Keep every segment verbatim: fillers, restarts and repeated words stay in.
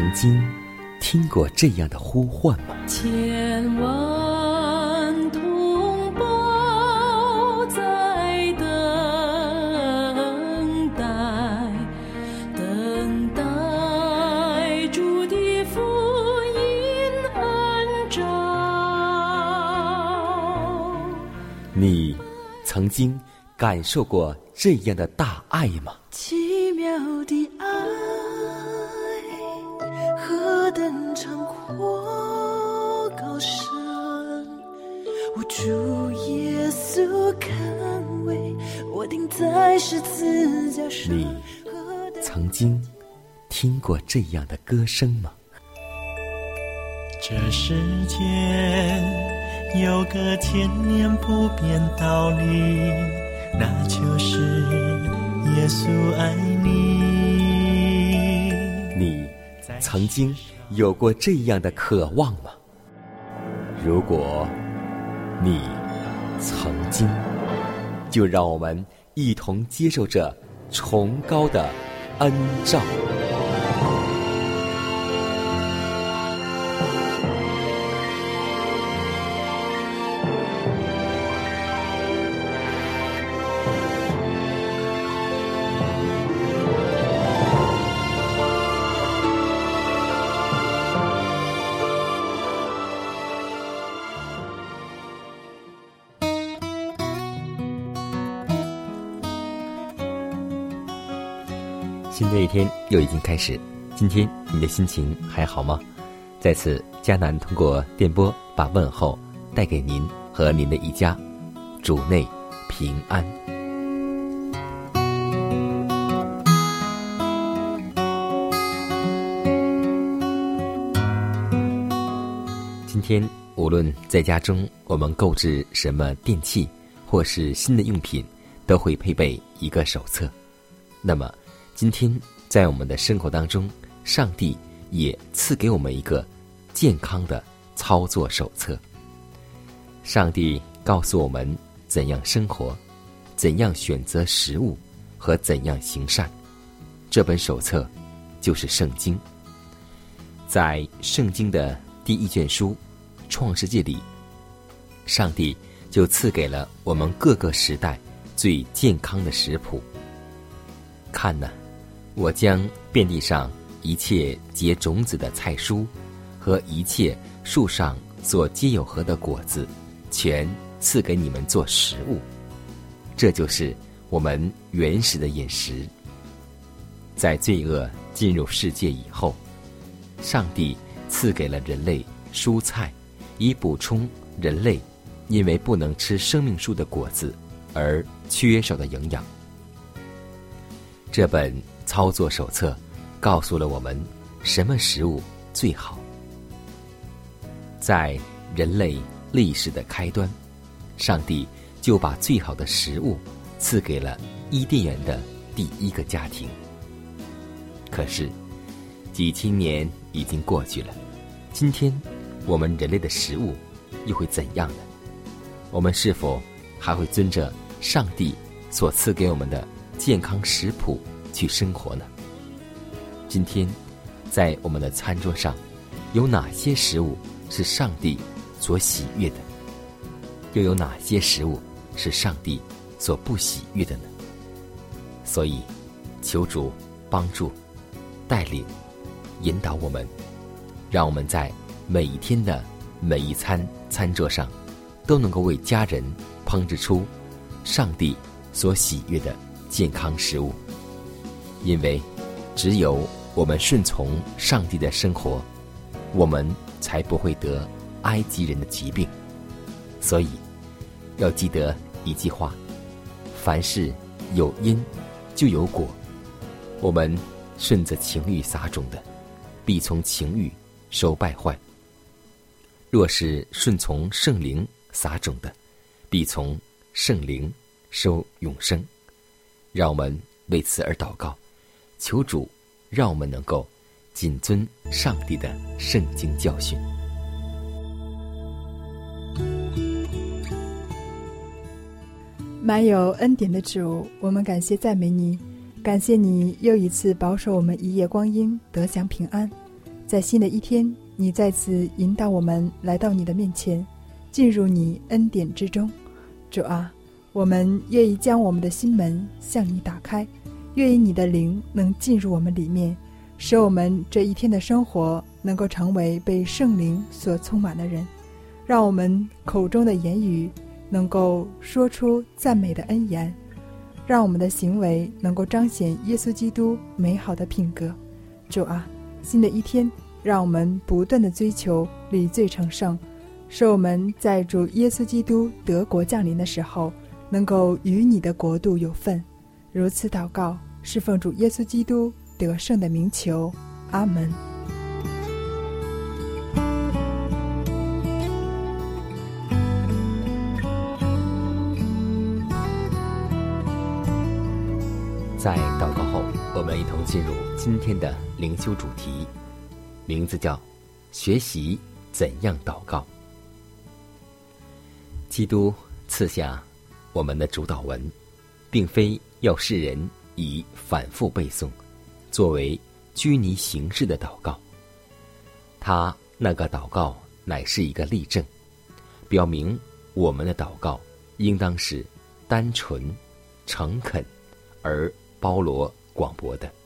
曾经听过这样的呼唤吗？ 千万同胞在等待，等待主的福音恩召。 你曾经感受过这样的大爱吗？ 奇妙的爱，何等长阔高深，我主耶稣看为我钉在十字架上。 你曾经听过这样的歌声吗？ 这世间有个千年不变道理，那就是耶稣爱你。 你曾经有过这样的渴望吗？如果你曾经，就让我们一同接受这崇高的恩召。新的一天又已经开始，今天你的心情还好吗？在此，迦南通过电波把问候带给您和您的一家，主内平安。今天无论在家中我们购置什么电器或是新的用品，都会配备一个手册。那么今天在我们的生活当中，上帝也赐给我们一个健康的操作手册。上帝告诉我们怎样生活，怎样选择食物和怎样行善。这本手册就是圣经。在圣经的第一卷书创世纪里，上帝就赐给了我们各个时代最健康的食谱。看哪，我将遍地上一切结种子的菜蔬和一切树上所结有核的果子，全赐给你们做食物。这就是我们原始的饮食。在罪恶进入世界以后，上帝赐给了人类蔬菜，以补充人类因为不能吃生命树的果子而缺少的营养。这本操作手册告诉了我们什么食物最好。在人类历史的开端，上帝就把最好的食物赐给了伊甸园的第一个家庭。可是几千年已经过去了，今天我们人类的食物又会怎样呢？我们是否还会遵着上帝所赐给我们的健康食谱去生活呢？今天在我们的餐桌上有哪些食物是上帝所喜悦的，又有哪些食物是上帝所不喜悦的呢？所以求主帮助带领引导我们，让我们在每一天的每一餐餐桌上都能够为家人烹制出上帝所喜悦的健康食物。因为只有我们顺从上帝的生活，我们才不会得埃及人的疾病。所以要记得一句话，凡事有因就有果。我们顺着情欲撒种的，必从情欲收败坏；若是顺从圣灵撒种的，必从圣灵收永生。让我们为此而祷告，求主让我们能够谨遵上帝的圣经教训。 满有恩典的主，我们感谢赞美你，感谢你又一次保守我们一夜光阴得享平安。 在新的一天，你再次引导我们来到你的面前，进入你恩典之中。主啊，我们愿意将我们的心门向你打开，愿意你的灵能进入我们里面，使我们这一天的生活能够成为被圣灵所充满的人，让我们口中的言语能够说出赞美的恩言，让我们的行为能够彰显耶稣基督美好的品格。主啊，新的一天，让我们不断地追求理罪成圣，使我们在主耶稣基督得国降临的时候，能够与你的国度有份。如此祷告，是奉主耶稣基督得胜的名求，阿门。 在祷告后，我们一同进入今天的灵修主题，名字叫学习怎样祷告。基督赐下我们的主祷文，并非要世人以反复背诵作为拘泥形式的祷告，他那个祷告乃是一个例证，表明我们的祷告应当是单纯、诚恳而包罗广博的。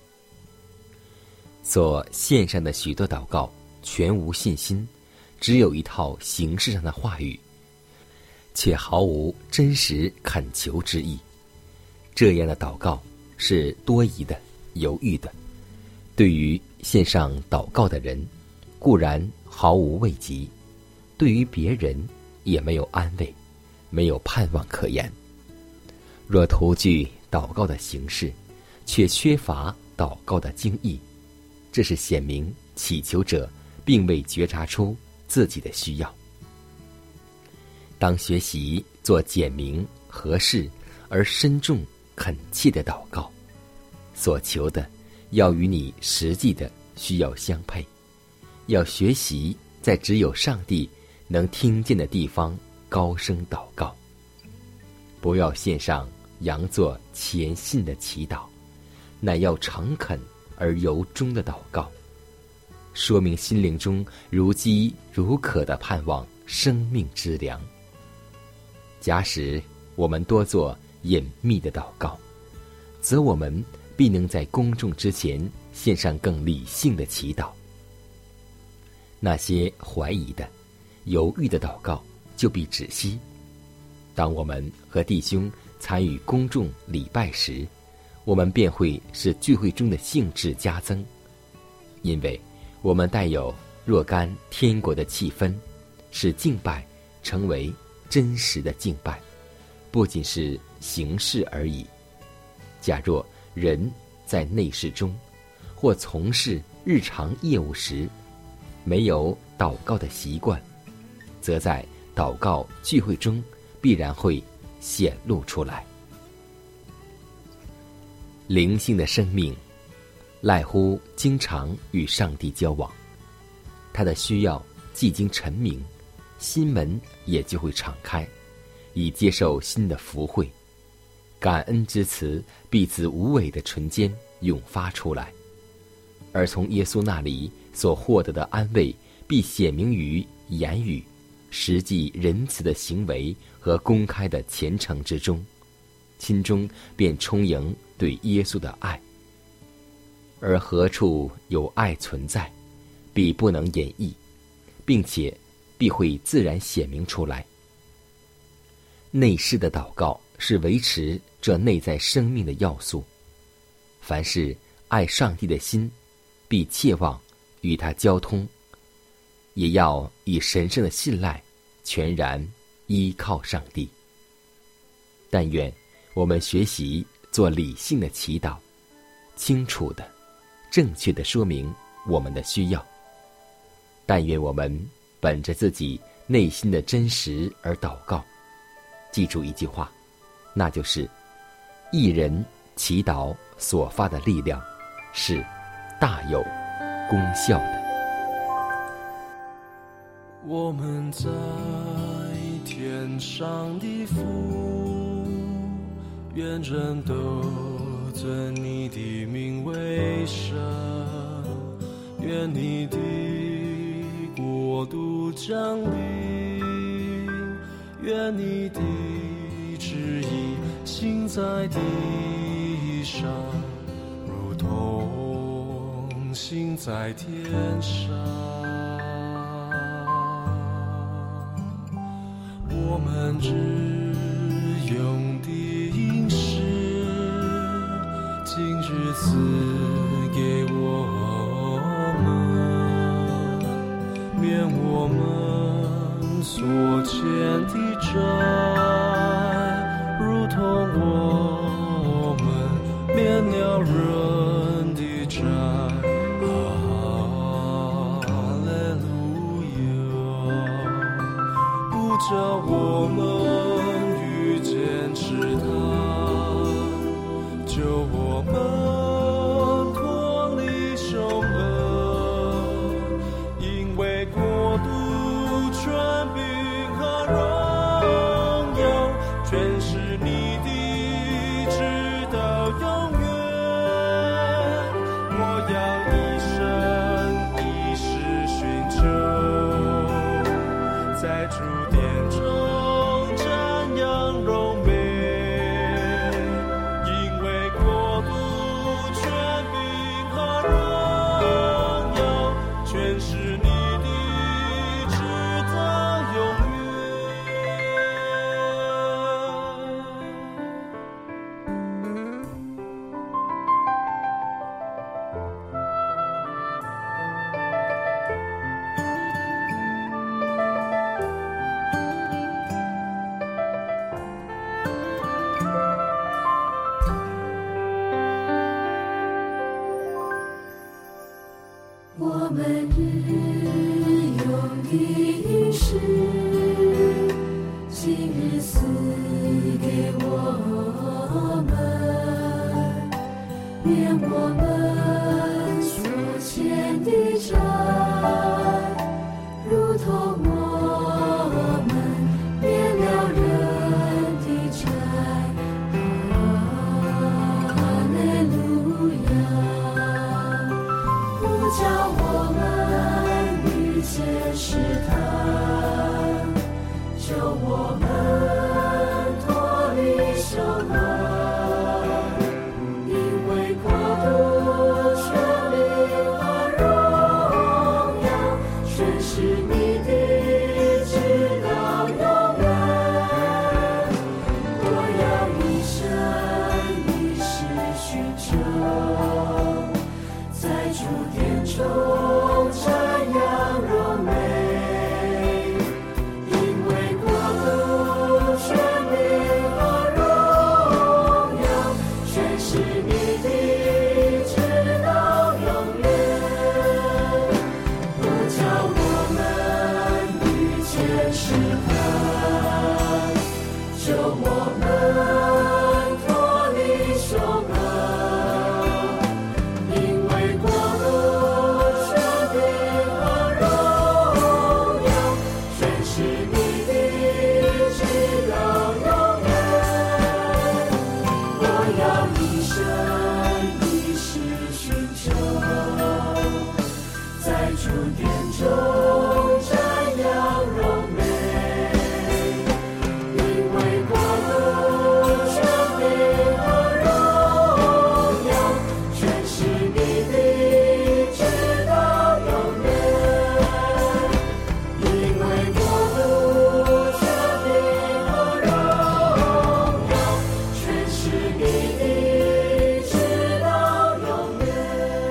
所献上的许多祷告全无信心，只有一套形式上的话语，却毫无真实恳求之意。这样的祷告是多疑的、犹豫的，对于献上祷告的人固然毫无慰藉，对于别人也没有安慰，没有盼望可言。若徒具祷告的形式，却缺乏祷告的精义，这是显明祈求者并未觉察出自己的需要。当学习做简明、合适而深重恳切的祷告，所求的要与你实际的需要相配，要学习在只有上帝能听见的地方高声祷告，不要献上佯作虔信的祈祷，乃要诚恳而由衷的祷告，说明心灵中如饥如渴的盼望生命之粮。假使我们多做隐秘的祷告，则我们必能在公众之前献上更理性的祈祷。那些怀疑的、犹豫的祷告就必止息。当我们和弟兄参与公众礼拜时，我们便会使聚会中的兴致加增，因为我们带有若干天国的气氛，使敬拜成为真实的敬拜，不仅是形式而已。假若人在内室中或从事日常业务时没有祷告的习惯，则在祷告聚会中必然会显露出来。灵性的生命赖乎经常与上帝交往，他的需要既经陈明，心门也就会敞开，以接受新的福惠。感恩之词必自无尾的唇间涌发出来，而从耶稣那里所获得的安慰必显明于言语、实际仁慈的行为和公开的虔诚之中，心中便充盈对耶稣的爱。而何处有爱存在，必不能掩抑，并且必会自然显明出来。内室的祷告是维持这内在生命的要素。凡是爱上帝的心，必切望与他交通，也要以神圣的信赖全然依靠上帝。但愿我们学习做理性的祈祷，清楚的、正确的说明我们的需要。但愿我们本着自己内心的真实而祷告。记住一句话，那就是一人祈祷所发的力量是大有功效的。 我们在天上的父，愿人都尊你的名为圣， 愿你的国度降临，愿你的旨意行在地上，如同行在天上。我们日用的饮食，今日赐给我们，免我们所欠的债，如同我们免了人的债。叫我们遇见试探，救我们脱离凶恶，因为国度、权柄和荣耀，全是你的，直到永远。我要一生一世寻求，在主我们日用的饮食，今日赐给我们，免我们所欠的债，如同我们免了人的债。哈利路亚！不叫我们遇见试探，救我们脱离凶恶，因为国度、权柄和荣耀，全是你的，直到永远。我要一生一世寻求，在主殿中瞻仰荣美，因为国度、权柄和荣耀，全是你的，直到永远。不叫我们遇见试探，救我们脱离凶恶，因为国度、权柄和荣耀，全是你的，直到永远。我要一生一世寻求，在主殿中瞻仰荣美，因为国度、权柄和荣耀，全是你的，直到永远。因为国度、权柄和荣耀，全是你的，直到永远。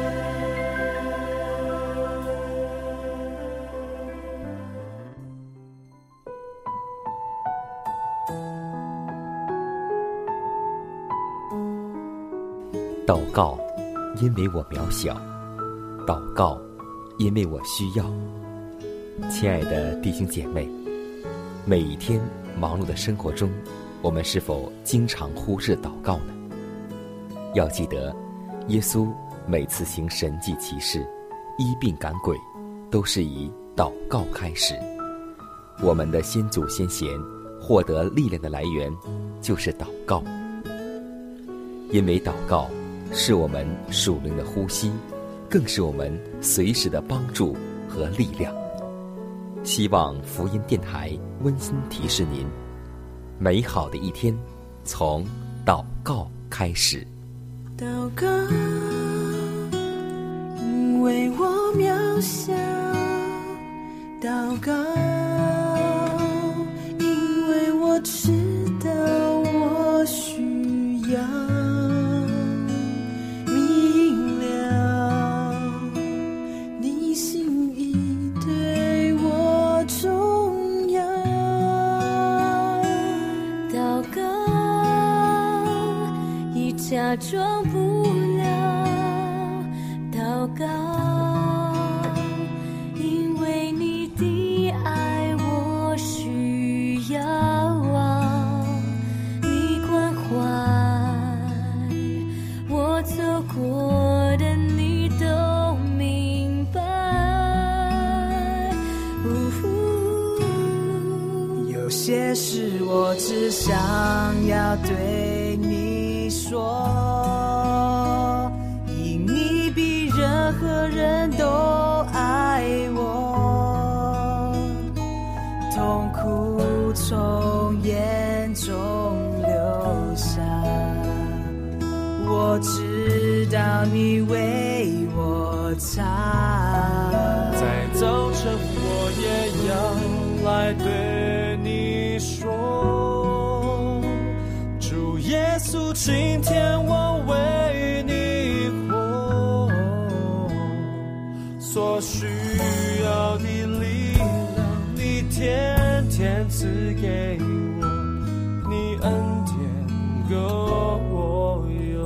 祷告，因为我渺小；祷告，因为我需要。亲爱的弟兄姐妹，每一天忙碌的生活中，我们是否经常忽视祷告呢？要记得，耶稣每次行神迹奇事、医病赶鬼，都是以祷告开始。我们的先祖先贤获得力量的来源，就是祷告。因为祷告是我们属灵的呼吸， 更是我们随时的帮助和力量。希望福音电台温馨提示您，美好的一天从祷告开始。 祷告，因为我渺小；祷告，因为我知道我需要明了你心意对我重要。 祷告，已假装不了；祷告，因为你的爱我需要啊，你关怀我走过的你都明白。 有些事我只想要对你说，因你比任何人都爱我，痛苦从眼中流下，我知道你为我擦。 在早晨我也要来对你说，主耶稣，今天我为你活，所需要的力量你天天赐给我，你恩典够我用。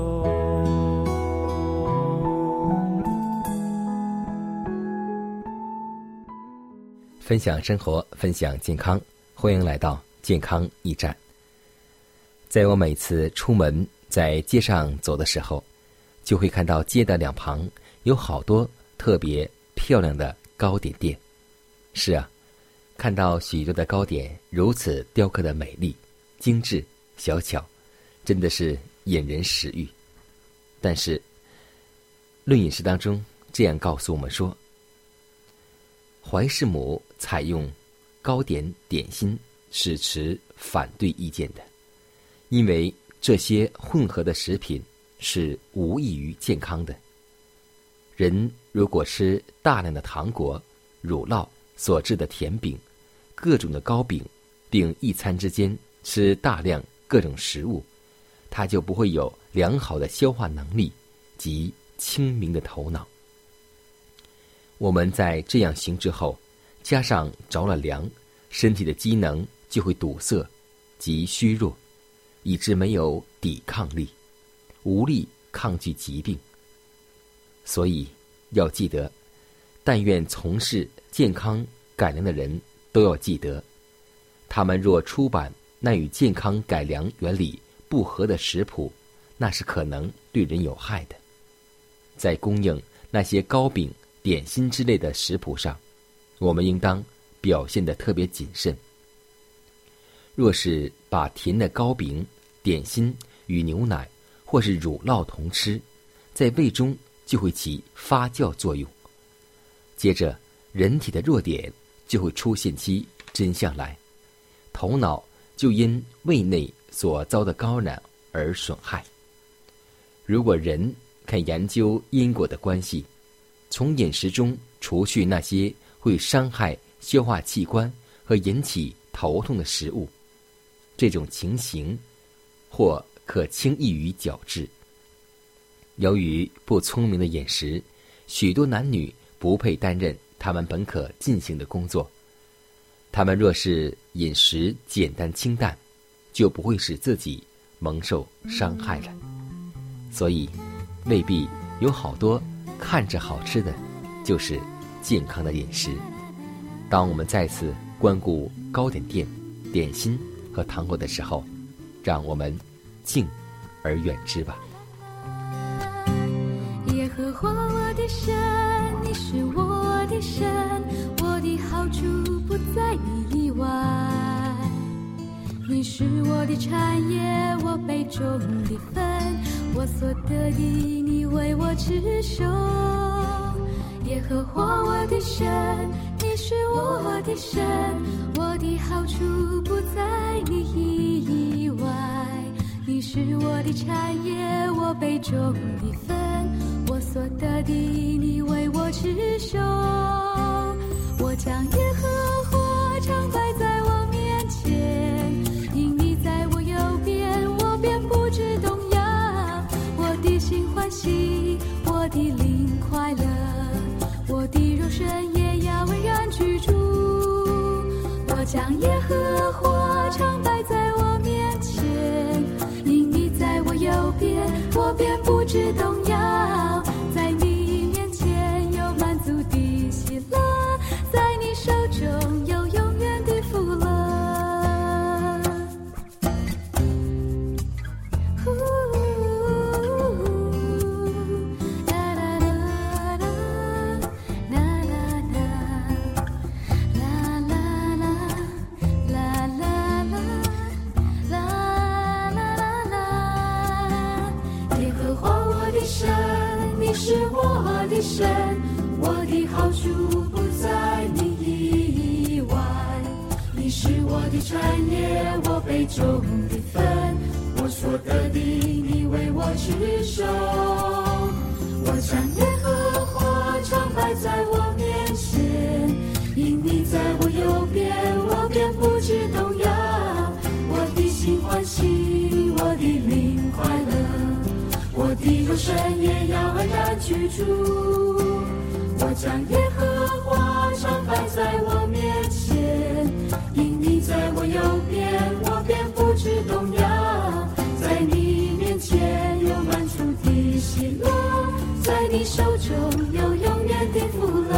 分享生活，分享健康，欢迎来到健康驿站。在我每次出门在街上走的时候，就会看到街的两旁有好多特别漂亮的糕点店。是啊，看到许多的糕点如此雕刻的美丽、精致、小巧，真的是引人食欲。但是论饮食当中这样告诉我们说，怀世母采用糕点点心是持反对意见的，因为这些混合的食品是无益于健康的。人如果吃大量的糖果、乳酪所制的甜饼、各种的糕饼，并一餐之间吃大量各种食物，他就不会有良好的消化能力及清明的头脑。我们在这样行之后，加上着了凉，身体的机能就会堵塞及虚弱，以致没有抵抗力，无力抗拒疾病。所以要记得，但愿从事健康改良的人都要记得，他们若出版那与健康改良原理不合的食谱，那是可能对人有害的。在供应那些糕饼、点心之类的食谱上，我们应当表现得特别谨慎。若是把甜的糕饼、点心与牛奶或是乳酪同吃，在胃中就会起发酵作用，接着人体的弱点就会出现其真相来，头脑就因胃内所遭的感染而损害。如果人肯研究因果的关系，从饮食中除去那些会伤害消化器官和引起头痛的食物，这种情形或可轻易于矫治。由于不聪明的饮食，许多男女不配担任他们本可进行的工作。他们若是饮食简单清淡，就不会使自己蒙受伤害了。所以未必有好多看着好吃的就是健康的饮食。当我们再次光顾糕点店、点心和糖果的时候，让我们敬而远之吧。 耶和华我的神，你是我的神，我的好处不在你以外。你是我的产业，我杯中的分，我所得的你为我持守。 耶和华我的神，你是我的神，我的好处不在你以外。你是我的产业，我杯中的分，我所得的你为我持守。我将耶和华常摆在我面前，因你在我右边，我便不致动摇。我的心欢喜，我的灵快乐，我的肉身也要安然居住。我将耶和华常摆在我面前，因你在我右边，我便不致动摇。在你面前有满足的喜乐，在你手中有永远的福乐。是我的神，我的好处不在你以外。你是我的产业，我杯中的分，我所得的你为我持守。我将耶和华常摆在我面前，因你在我右边，我便不致动摇。我的心欢喜，我的灵快乐，我的肉身也要安然居住。我将耶和华常摆在我面前，因你在我右边，我便不致动摇。在你面前有满足的喜乐，在你手中有永远的福乐。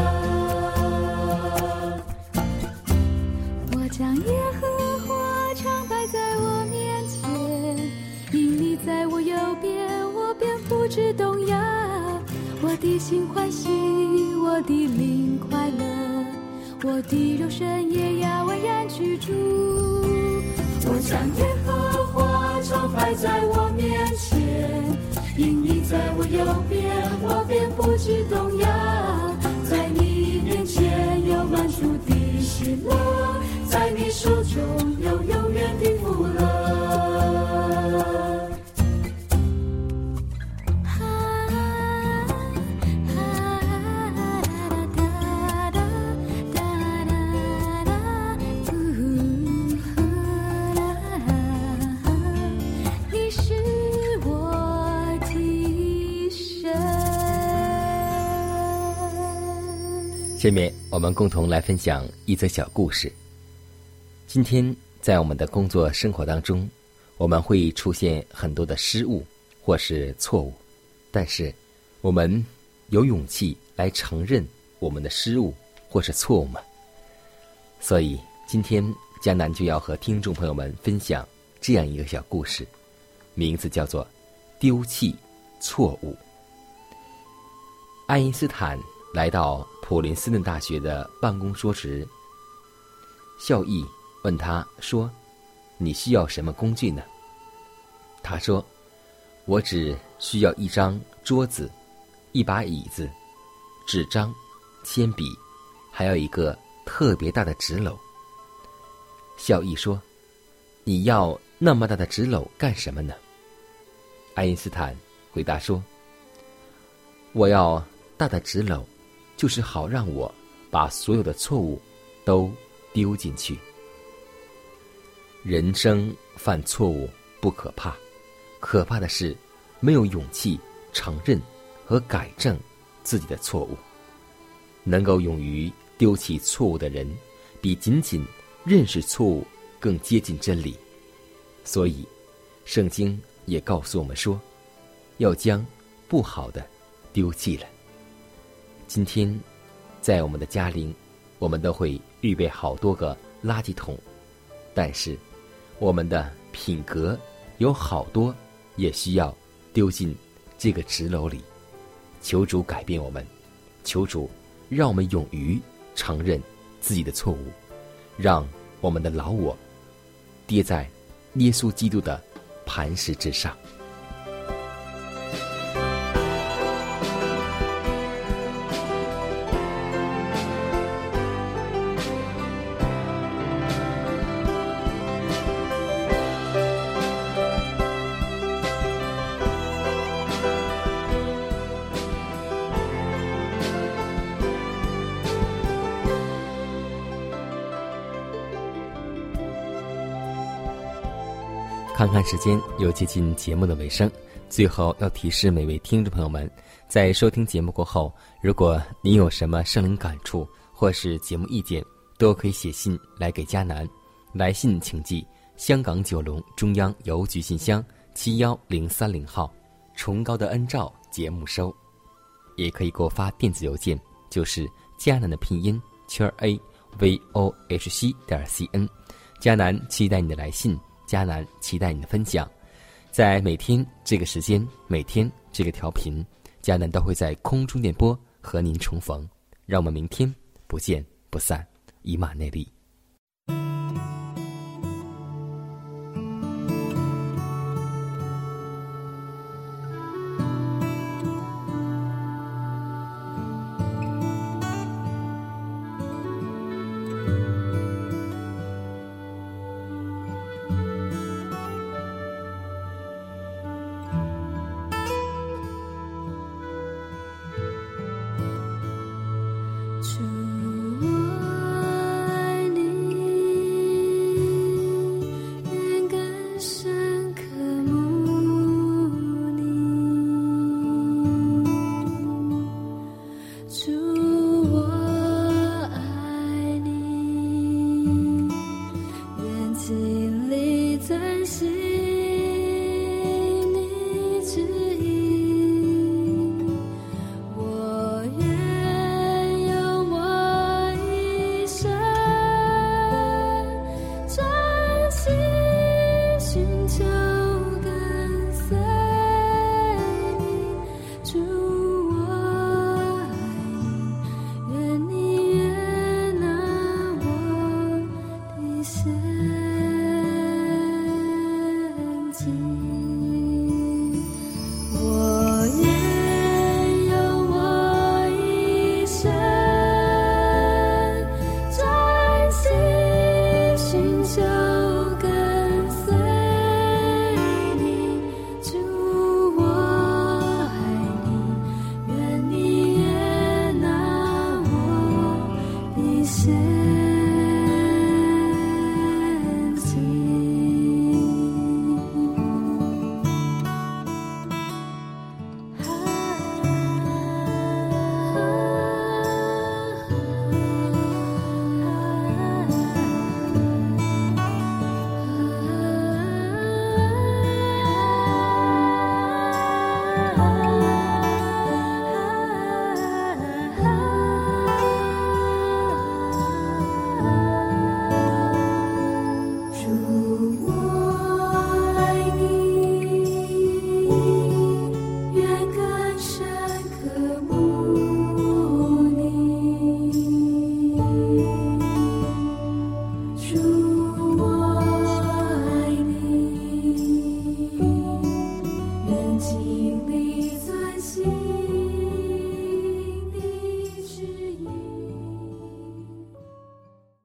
我将耶和华常摆在我面前，因你在我右边，我便不致动摇。我的心欢喜，我的灵快乐，我的肉身也要安然居住。我将耶和华常摆在我面前，因你在我右边，我便不致动摇。在你面前有满足的喜乐，在你手中有永远的福乐。 下面我们共同来分享一则小故事。今天在我们的工作生活当中，我们会出现很多的失误或是错误，但是我们有勇气来承认我们的失误或是错误吗？所以今天江南就要和听众朋友们分享这样一个小故事，名字叫做丢弃错误。爱因斯坦来到普林斯顿大学的办公桌时，校医问他说，你需要什么工具呢？他说，我只需要一张桌子，一把椅子，纸张，铅笔，还有一个特别大的纸篓。校医说，你要那么大的纸篓干什么呢？爱因斯坦回答说，我要大的纸篓就是好让我把所有的错误都丢进去。人生犯错误不可怕，可怕的是没有勇气承认和改正自己的错误。能够勇于丢弃错误的人，比仅仅认识错误更接近真理。所以圣经也告诉我们说，要将不好的丢弃了。今天在我们的家里，我们都会预备好多个垃圾桶，但是我们的品格有好多也需要丢进这个纸篓里。求主改变我们，求主让我们勇于承认自己的错误，让我们的老我跌在耶稣基督的磐石之上。 看看时间，又接近节目的尾声。最后要提示每位听众朋友们，在收听节目过后，如果您有什么圣灵感触或是节目意见，都可以写信来给迦南。来信请寄香港九龙中央邮局信箱七幺零三零号，崇高的恩照节目收。也可以给我发电子邮件，就是迦南的拼音圈 a v o h c 点 c n。迦南期待你的来信，迦南期待你的分享。在每天这个时间，每天这个调频，迦南都会在空中电波和您重逢。让我们明天不见不散。以马内利。